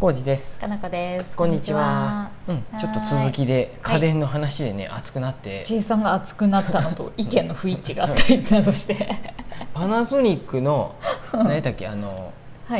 浩二です。 かなこです。 こんにちは。ちょっと続きで家電の話でね、熱くなって、 J さんが熱くなったのと意見の不一致があったりなどしてパナソニックの何だっけはい、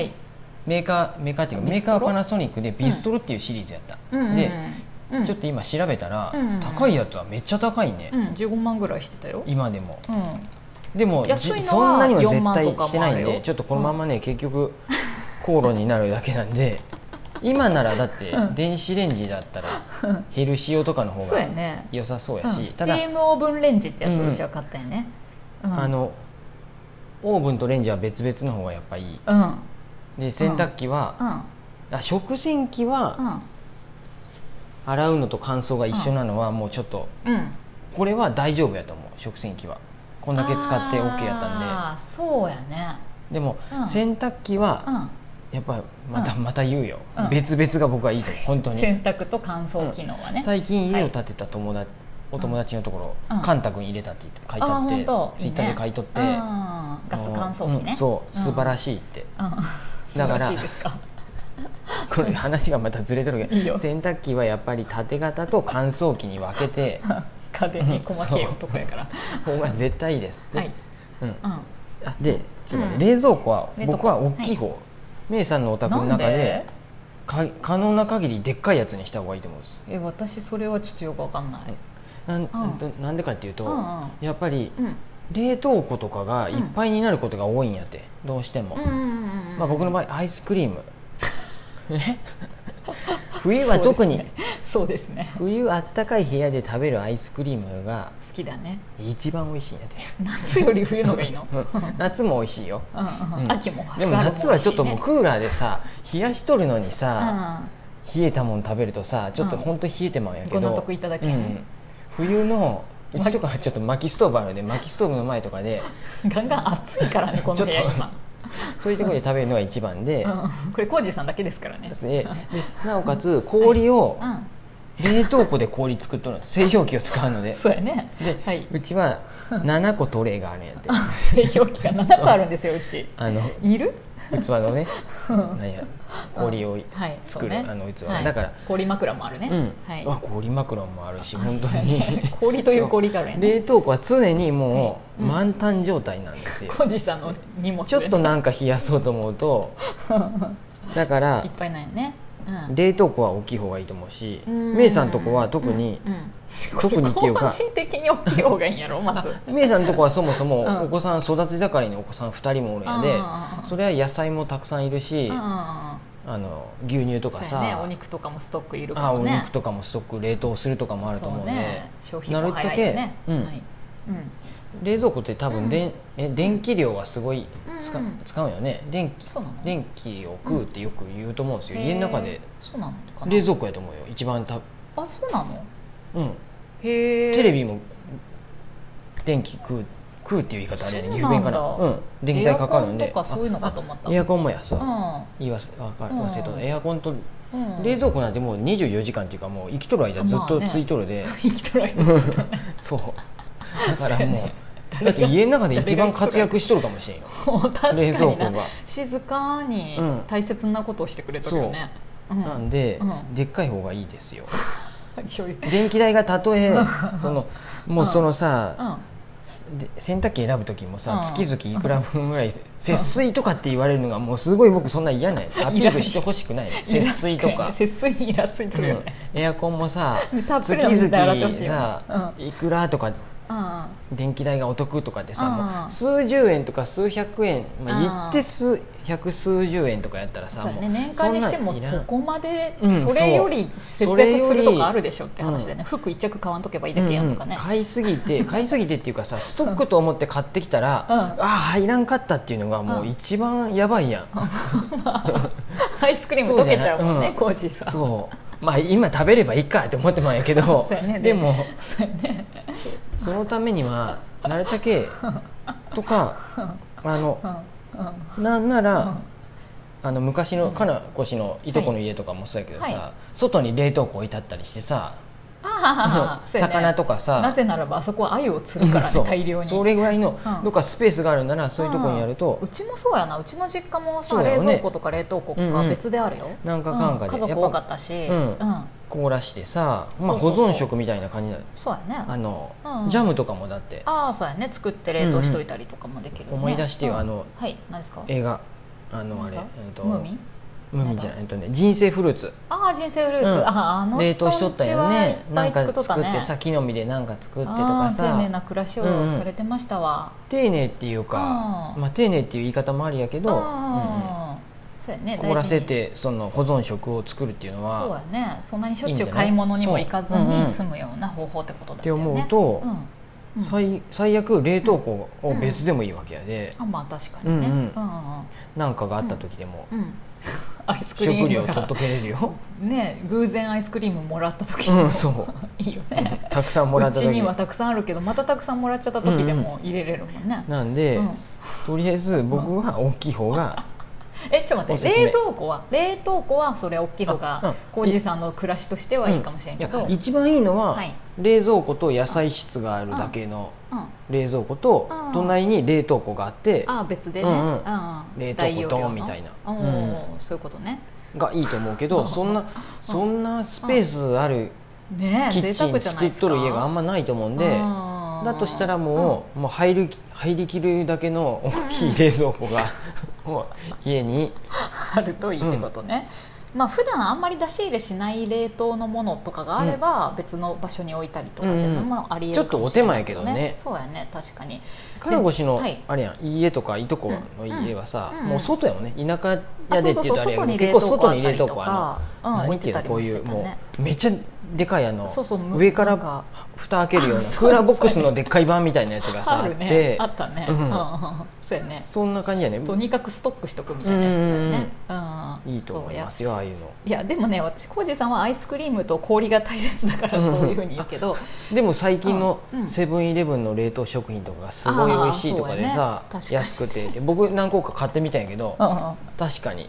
メーカーっていうかメーカーパナソニックでビストロっていうシリーズやった。で、ちょっと今調べたら、高いやつはめっちゃ高いね。 15万ぐらいしてたよ。 今でも。でも安いのはそんなには絶 4万対とかもあるよ。 してないんで、ちょっとこのままね、結局口論になるだけなんで。今ならだって電子レンジだったらヘルシオとかの方が良さそうやし、 スチームオーブンレンジってやつをうちは買ったよね。 オーブンとレンジは別々の方がやっぱいい。で洗濯機は、食洗機は洗うのと乾燥が一緒なのはもうちょっと、これは大丈夫やと思う。食洗機はこんだけ使って OK やったんで。 そうやね。 でも洗濯機はやっぱまた言うよ、別々が僕はいいと思う。本当に洗濯と乾燥機能はね、 最近家を建てたお友達のところ、カンタ君入れたって書いてあって、ツイッターで書いとって、 ガス乾燥機ね、 そう素晴らしいって。だからこれ話がまたずれてるけど、洗濯機はやっぱり縦型と乾燥機に分けて家電に細けい男やから方が絶対いいです。でつまり冷蔵庫は僕は大きい方、メイさんのお宅の中で可能な限りでっかいやつにした方がいいと思うんです。 私それはちょっとよく分かんない。 なんでかっていうと、やっぱり冷凍庫とかがいっぱいになることが多いんやって、どうしても。僕の場合アイスクリーム冬は特にそうですね、 冬あったかい部屋で食べるアイスクリームが好きだね。 一番美味しいんやて。 夏より冬のがいいの？ 夏も美味しいよ。 秋も。 でも夏はちょっともうクーラーでさ冷やしとるのにさ、冷えたもん食べるとさちょっと本当に冷えてまうんやけど、 ご納得いただけん。 冬のうちとかはちょっと薪ストーブあるので、薪ストーブの前とかでガンガン暑いからねこの部屋今。 そういうところで食べるのが一番で、 これ浩二さんだけですからね。 でなおかつ氷を冷凍庫で氷作っとるの、製氷機を使うので。 そうやね。 でうちは7個トレーがあるんやって。 製氷機が7個あるんですようち。いる器のね、氷を作る器だから。 氷枕もあるね。 氷枕もあるし、本当に氷という氷があるね。 冷凍庫は常にもう満タン状態なんですよ。 浩二さんの荷物ちょっとなんか冷やそうと思うとだからいっぱいないよね。 冷凍庫は大きい方がいいと思うし、メイさんのとこは特にっていうか個人的に大きい方がいいんやろまず。 メイさんのとこはそもそもお子さん育ち盛りにお子さん2人もおるんやで、それは野菜もたくさんいるし、牛乳とかさ、 お肉とかもストックいるからね。 お肉とかもストック冷凍するとかもあると思うんで、 消費も早いよね。 冷蔵庫って多分電気量はすごい使うよね。電気を食うってよく言うと思うんですよ。家の中で冷蔵庫やと思うよ一番。 そうなの？ テレビも電気食うっていう言い方あれやね、岐阜弁かな。電気代かかるんで。エアコンもやさ、言い忘れとった。エアコンと冷蔵庫なんてもう24時間っていうか、もう生きとる間ずっとついとるで。 生きとる間そうだからもうだって家の中で一番活躍しとるかもしれんよ。冷蔵庫が静かに大切なことをしてくれとるよね。 なんででっかい方がいいですよ。電気代がたとえもうそのさ、洗濯機選ぶ時もさ、月々いくら分ぐらい節水とかって言われるのがもうすごい僕そんな嫌ない。アピールしてほしくない。節水とか節水にイラついてるよね。 エアコンもさ月々さいくらとか電気代がお得とかでさ、もう数十円とか数百円、言って百数十円とかやったらさ、 年間にしてもそこまでそれより節約するとかあるでしょって話でね。服一着買わんとけばいいだけやんとかね。買いすぎてっていうかさ、ストックと思って買ってきたら入らんかったっていうのがもう一番やばいやん。 アイスクリーム溶けちゃうもんね、コージーさん。 そう今食べればいいかって思ってまうんやけど、でもそのためにはなるだけとかなんなら昔のかなこ氏のいとこの家とかもそうやけどさ、外に冷凍庫置いてあったりしてさ、 魚とかさ、 なぜならばあそこは鮎を釣るからね、大量に。 それぐらいのどっかスペースがあるならそういうところにやると。 うちもそうやな、うちの実家もさ、冷蔵庫とか冷凍庫が別であるよ。 なんかかんかで家族多かったし、 凍らしてさ、保存食みたいな感じになる。 そうやね。 ジャムとかもだって、 そうやね、作って冷凍しといたりとかもできるね。 思い出してよ、 はい、何ですか？ 映画、あれ、 ムーミン？ ムーミンじゃない、人生フルーツ。 人生フルーツ、あの冷凍しとったよね。 なんか作ってさ、木の実でなんか作ってとかさ、 丁寧な暮らしをされてましたわ。 丁寧っていうか、丁寧っていう言い方もありやけど、 そうやね、 凍らせてその保存食を作るっていうのは、 そうやね、そんなにしょっちゅう買い物にも行かずに済むような方法ってことだよね。 って思うと、最悪冷凍庫を別でもいいわけやで、 まあ確かにね、 なんかがあった時でもアイスクリーム食料取っとけれるよね。偶然アイスクリームもらった時でもいいよね。 たくさんもらった時、 うちにはたくさんあるけどまたたくさんもらっちゃった時でも入れれるもんね。 なんでとりあえず僕は大きい方がちょっと待って、冷凍庫はそれ大きい方が浩二さんの暮らしとしてはいいかもしれんけど、 一番いいのは冷蔵庫と野菜室があるだけの冷蔵庫と隣に冷凍庫があって、 別でね、 冷凍庫ドンみたいな、 そういうことねがいいと思うけど、そんなスペースあるキッチン作っとる家があんまないと思うんで、だとしたらもう入りきるだけの大きい冷蔵庫が家にあるといいってことね。普段あんまり出し入れしない冷凍のものとかがあれば別の場所に置いたりとかっていうのもありえるかもしれないけどね。ちょっとお手前やけどね。そうやね、確かに。 金越のあれやん、家とかいとこの家はさ、もう外やもんね。田舎やでって言うとあれやけど、結構外に冷凍庫何っていうの、こういうもうめっちゃでかい上から蓋開けるようなクーラーボックスのでっかい版みたいなやつがさあって、 あったね。そうやね。 そんな感じやね。 とにかくストックしとくみたいなやつだよね。 いいと思いますよ、ああいうの。 いやでもね、私浩二さんはアイスクリームと氷が大切だからそういうふうに言うけど、 でも最近のセブンイレブンの冷凍食品とかがすごい美味しいとかでさ、安くて僕何個か買ってみたんやけど、確かに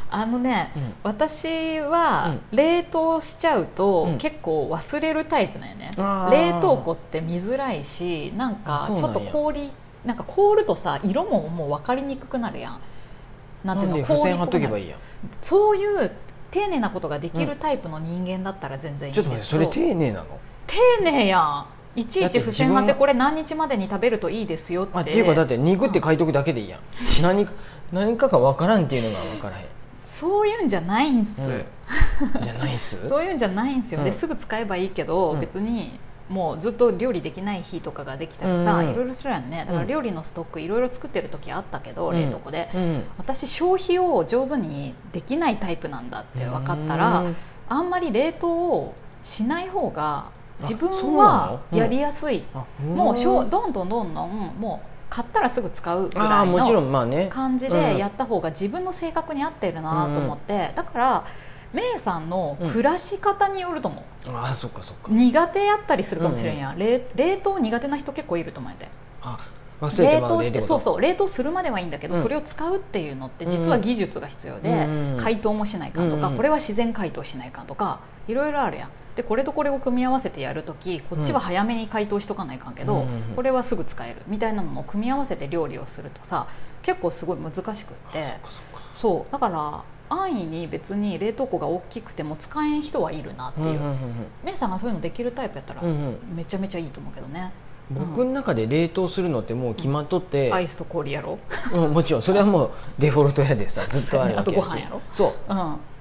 私は冷凍しちゃうと結構忘れるタイプなんよね。冷凍庫って見づらいし、なんかちょっとなんか凍るとさ、色ももう分かりにくくなるやん。 なんていうの、付箋貼っとけばいいやん。 そういう丁寧なことができるタイプの人間だったら全然いいんですけど、 ちょっと待って、それ丁寧なの？ 丁寧やん。いちいち付箋貼ってこれ何日までに食べるといいですよって。 っていうかだって肉って書いとくだけでいいやん。何かが分からんっていうのが分からへん。 そういうんじゃないんす、 じゃないんすそういうんじゃないんすよ。ですぐ使えばいいけど、別にもうずっと料理できない日とかができたりさ、いろいろするやんね。だから料理のストックいろいろ作ってる時あったけど、冷凍庫で、私消費を上手にできないタイプなんだって分かったら、あんまり冷凍をしない方が自分はやりやすい。もうどんどんもう買ったらすぐ使うぐらいの感じでやった方が自分の性格に合ってるなと思って、だからメイさんの暮らし方によると思う。 そっかそっか。 苦手やったりするかもしれんやん。冷凍苦手な人結構いると思えて。 冷凍してそう冷凍するまではいいんだけど、それを使うっていうのって実は技術が必要で、解凍もしないかんとか、これは自然解凍しないかんとかいろいろあるやん。でこれとこれを組み合わせてやるとき、こっちは早めに解凍しとかないかんけど、これはすぐ使えるみたいなのを組み合わせて料理をするとさ、結構すごい難しくって、そうだから安易に別に冷凍庫が大きくても使えん人はいるなっていう。メイさんがそういうのできるタイプやったらめちゃめちゃいいと思うけどね。 僕の中で冷凍するのってもう決まっとって、 アイスと氷やろ。 もちろんそれはもうデフォルトやでさ、ずっとあるわけやし。 あとご飯やろ。 そう、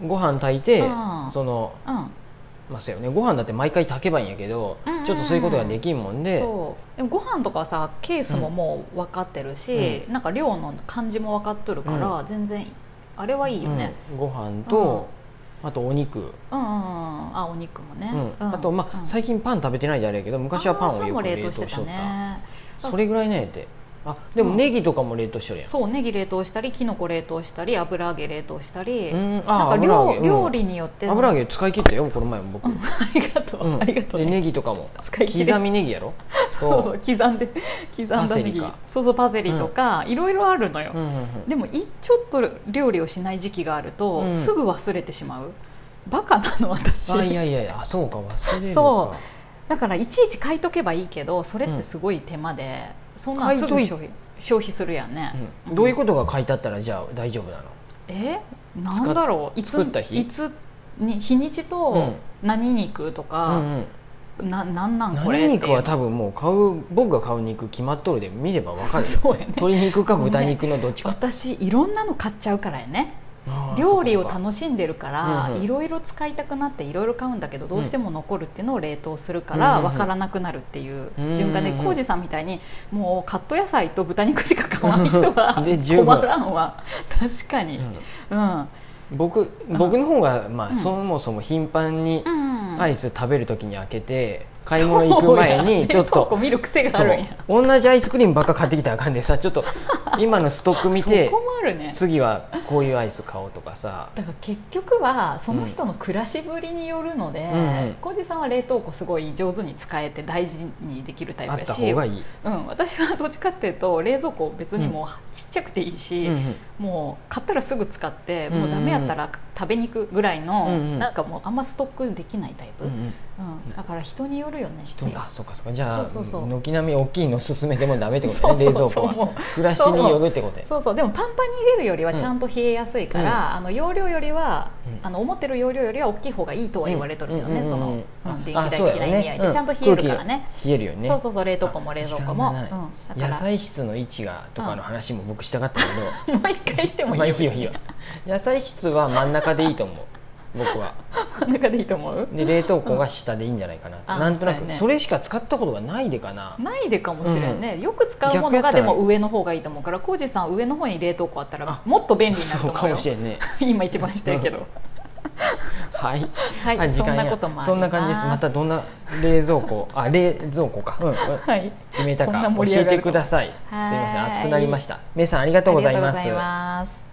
ご飯炊いて、そうよね、ご飯だって毎回炊けばいいんやけど、ちょっとそういうことができんもんで。 そうでもご飯とかさ、ケースももう分かってるし、なんか量の感じも分かっとるから、全然あれはいいよね。 ご飯と、あとお肉、 お肉もね、 あと最近パン食べてないであれやけど、昔はパンをよく冷凍しとった。それぐらいねって。でもネギとかも冷凍しとるやん。 そう、ネギ冷凍したり、キノコ冷凍したり、油揚げ冷凍したり、なんか料理によって。 油揚げ使い切ったよこの前も僕。 ありがとう、ありがとう。 ネギとかも刻みネギやろ。 そう刻んだネギ、そうパセリとかいろいろあるのよ。でもちょっと料理をしない時期があるとすぐ忘れてしまう。 バカなの私。 いやいやいや、そうか、忘れるか。 そうだからいちいち買いとけばいいけど、それってすごい手間で、そんなすぐ消費するやんね、 どういうことが書いてあったらじゃあ大丈夫なの？ なんだろう、 作った日に日にちと何肉とか、なんこれ何肉は多分もう僕が買う肉決まっとるで見れば分かる。 そうやね、 鶏肉か豚肉のどっちか。 私いろんなの買っちゃうからやね。料理を楽しんでるからいろいろ使いたくなっていろいろ買うんだけど、どうしても残るっていうのを冷凍するから分からなくなるっていう循環で、浩二さんみたいにもうカット野菜と豚肉しか買わない人は困らんわ。確かに、 僕の方が、そもそも頻繁にアイス食べる時に開けて、買い物行く前にちょっと見る癖があるんや。 同じアイスクリームばっか買ってきたらあかんでさ、ちょっと今のストック見て次はこういうアイス買おうとかさ。 だから結局はその人の暮らしぶりによるので、浩二さんは冷凍庫すごい上手に使えて大事にできるタイプだし、 あった方がいい。 私はどっちかっていうと冷蔵庫別にもうちっちゃくていいし、もう買ったらすぐ使って、もうダメやったら食べに行くぐらいの、なんかもうあんまストックできないタイプ、だから人によるよね。 そうかじゃあ軒並み大きいの勧めてもダメってことね。冷蔵庫は暮らしによるってことで。 そうでもパンパンに入れるよりはちゃんと冷えやすいから、容量よりは思ってる容量よりは大きい方がいいとは言われとるけどね、その電気代的な意味合いでちゃんと冷えるからね。 冷えるよね。 そう冷凍庫も冷蔵庫も。 野菜室の位置がとかの話も僕したかったけど、もう一回してもいいよ。 いいよ。野菜室は真ん中でいいと思う。僕は真ん中でいいと思う。 で冷凍庫が下でいいんじゃないかな、なんとなくそれしか使ったことがないでかな。 ないでかもしれんね、よく使うものがでも上の方がいいと思うから、浩二さん上の方に冷凍庫あったらもっと便利になると思うよ。 そうかもしれんね。 今一番してるけどはい、 そんなこともあります。 そんな感じです。またどんな冷蔵庫か決めたか教えてください。すいません、熱くなりました。めいさんありがとうございます。